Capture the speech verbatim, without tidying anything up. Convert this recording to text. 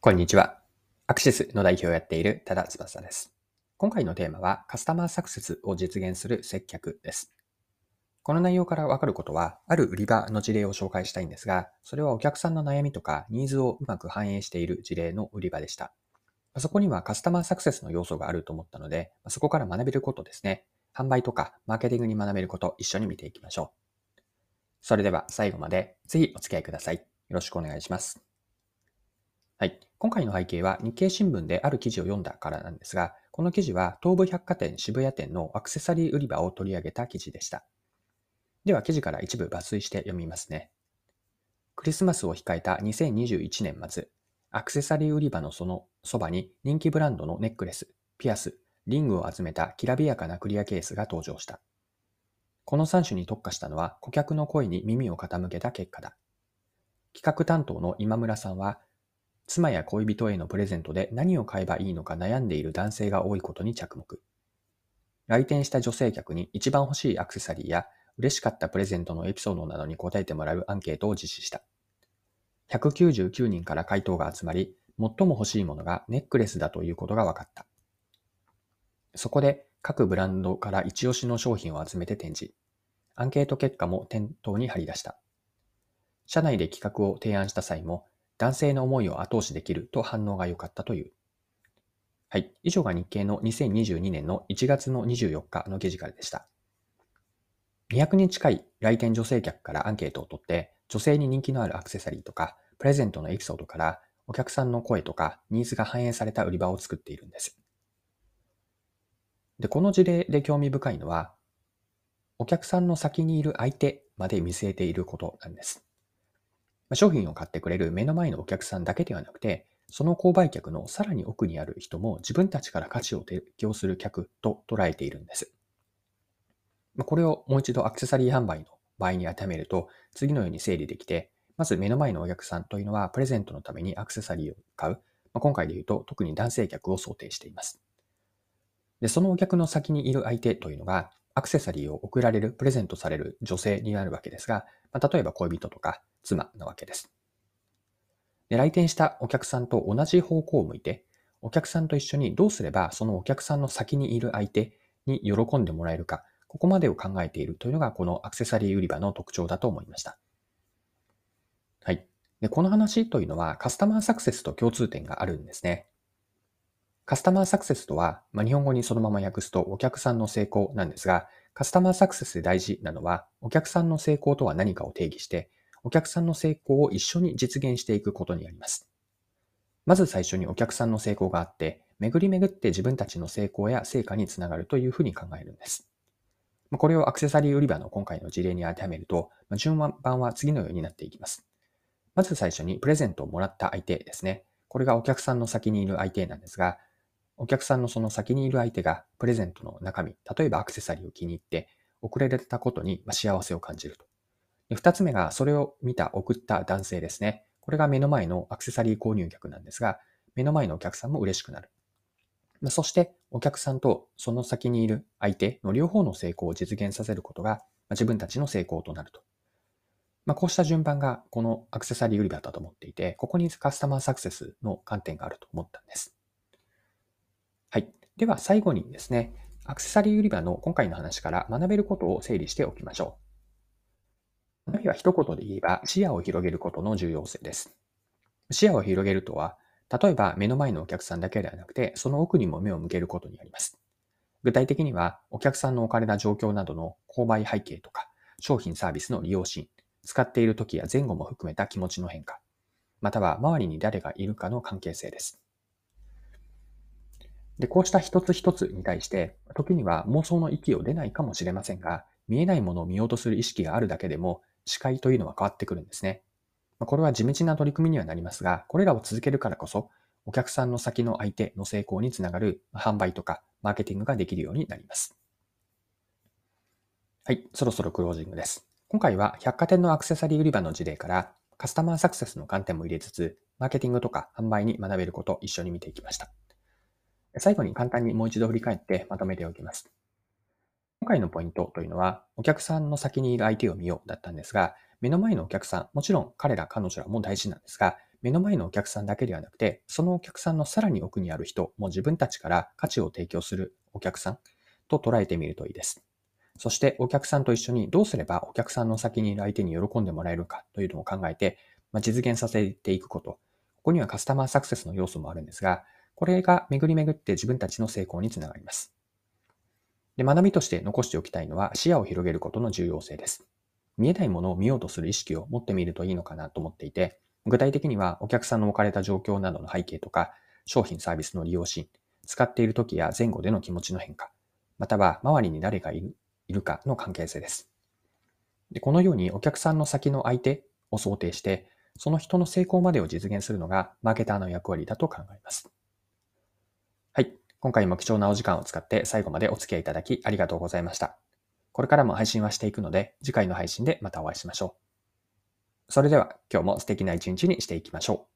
こんにちは。アクシスの代表をやっている多田翼です。今回のテーマはカスタマーサクセスを実現する接客です。この内容からわかることは、ある売り場の事例を紹介したいんですが、それはお客さんの悩みとかニーズをうまく反映している事例の売り場でした。そこにはカスタマーサクセスの要素があると思ったので、そこから学べることですね。販売とかマーケティングに学べること、一緒に見ていきましょう。それでは最後までぜひお付き合いください。よろしくお願いします。はい。今回の背景は日経新聞である記事を読んだからなんですが、この記事は東武百貨店渋谷店のアクセサリー売り場を取り上げた記事でした。では記事から一部抜粋して読みますね。クリスマスを控えたにせんにじゅういちねん末、アクセサリー売り場のそのそばに人気ブランドのネックレス、ピアス、リングを集めたきらびやかなクリアケースが登場した。このさん種に特化したのは顧客の声に耳を傾けた結果だ。企画担当の今村さんは、妻や恋人へのプレゼントで何を買えばいいのか悩んでいる男性が多いことに着目。来店した女性客に一番欲しいアクセサリーや嬉しかったプレゼントのエピソードなどに答えてもらうアンケートを実施した。ひゃくきゅうじゅうきゅうにんから回答が集まり、最も欲しいものがネックレスだということが分かった。そこで各ブランドから一押しの商品を集めて展示。アンケート結果も店頭に貼り出した。社内で企画を提案した際も、男性の思いを後押しできると反応が良かったという。はい。以上が日経のにせんにじゅうにねんのいちがつのにじゅうよっかの記事からでした。にひゃくにん近い来店女性客からアンケートを取って、女性に人気のあるアクセサリーとか、プレゼントのエピソードから、お客さんの声とかニーズが反映された売り場を作っているんです。で、この事例で興味深いのは、お客さんの先にいる相手まで見据えていることなんです。商品を買ってくれる目の前のお客さんだけではなくて、その購買客のさらに奥にある人も自分たちから価値を提供する客と捉えているんです。これをもう一度アクセサリー販売の場合に当てはめると、次のように整理できて、まず目の前のお客さんというのはプレゼントのためにアクセサリーを買う。今回で言うと特に男性客を想定しています。で、そのお客の先にいる相手というのが、アクセサリーを贈られる、プレゼントされる女性になるわけですが、例えば恋人とか妻なわけです。で、来店したお客さんと同じ方向を向いて、お客さんと一緒にどうすればそのお客さんの先にいる相手に喜んでもらえるか、ここまでを考えているというのがこのアクセサリー売り場の特徴だと思いました。はい。で、この話というのはカスタマーサクセスと共通点があるんですね。カスタマーサクセスとは、まあ、日本語にそのまま訳すとお客さんの成功なんですが、カスタマーサクセスで大事なのは、お客さんの成功とは何かを定義して、お客さんの成功を一緒に実現していくことにあります。まず最初にお客さんの成功があって、巡り巡って自分たちの成功や成果につながるというふうに考えるんです。これをアクセサリー売り場の今回の事例に当てはめると、順番は次のようになっていきます。まず最初にプレゼントをもらった相手ですね。これがお客さんの先にいる相手なんですが、お客さんのその先にいる相手がプレゼントの中身、例えばアクセサリーを気に入って送られたことに幸せを感じると。で二つ目がそれを見た送った男性ですね。これが目の前のアクセサリー購入客なんですが、目の前のお客さんも嬉しくなる。そしてお客さんとその先にいる相手の両方の成功を実現させることが自分たちの成功となると。まあ、こうした順番がこのアクセサリー売り場だと思っていて、ここにカスタマーサクセスの観点があると思ったんです。はい。では最後にですね、アクセサリー売り場の今回の話から学べることを整理しておきましょう。学びは一言で言えば視野を広げることの重要性です。視野を広げるとは、例えば目の前のお客さんだけではなくて、その奥にも目を向けることにあります。具体的には、お客さんの置かれた状況などの購買背景とか、商品サービスの利用シーン、使っている時や前後も含めた気持ちの変化、または周りに誰がいるかの関係性です。で、こうした一つ一つに対して、時には妄想の域を出ないかもしれませんが、見えないものを見ようとする意識があるだけでも、視界というのは変わってくるんですね。これは地道な取り組みにはなりますが、これらを続けるからこそ、お客さんの先の相手の成功につながる販売とかマーケティングができるようになります。はい、そろそろクロージングです。今回は百貨店のアクセサリー売り場の事例からカスタマーサクセスの観点も入れつつ、マーケティングとか販売に学べることを一緒に見ていきました。最後に簡単にもう一度振り返ってまとめておきます。今回のポイントというのは、お客さんの先にいる相手を見ようだったんですが、目の前のお客さん、もちろん彼ら彼女らも大事なんですが、 目の前のお客さんだけではなくて、そのお客さんのさらに奥にある人も自分たちから価値を提供するお客さんと捉えてみるといいです。そしてお客さんと一緒にどうすればお客さんの先にいる相手に喜んでもらえるかというのを考えて、まあ、実現させていくこと。ここにはカスタマーサクセスの要素もあるんですが、これが巡り巡って自分たちの成功につながります。で、学びとして残しておきたいのは視野を広げることの重要性です。見えないものを見ようとする意識を持ってみるといいのかなと思っていて、具体的にはお客さんの置かれた状況などの背景とか、商品サービスの利用シーン、使っている時や前後での気持ちの変化、または周りに誰がいるいるかの関係性です。で、このようにお客さんの先の相手を想定して、その人の成功までを実現するのがマーケターの役割だと考えます。はい。今回も貴重なお時間を使って最後までお付き合いいただきありがとうございました。これからも配信はしていくので、次回の配信でまたお会いしましょう。それでは今日も素敵な一日にしていきましょう。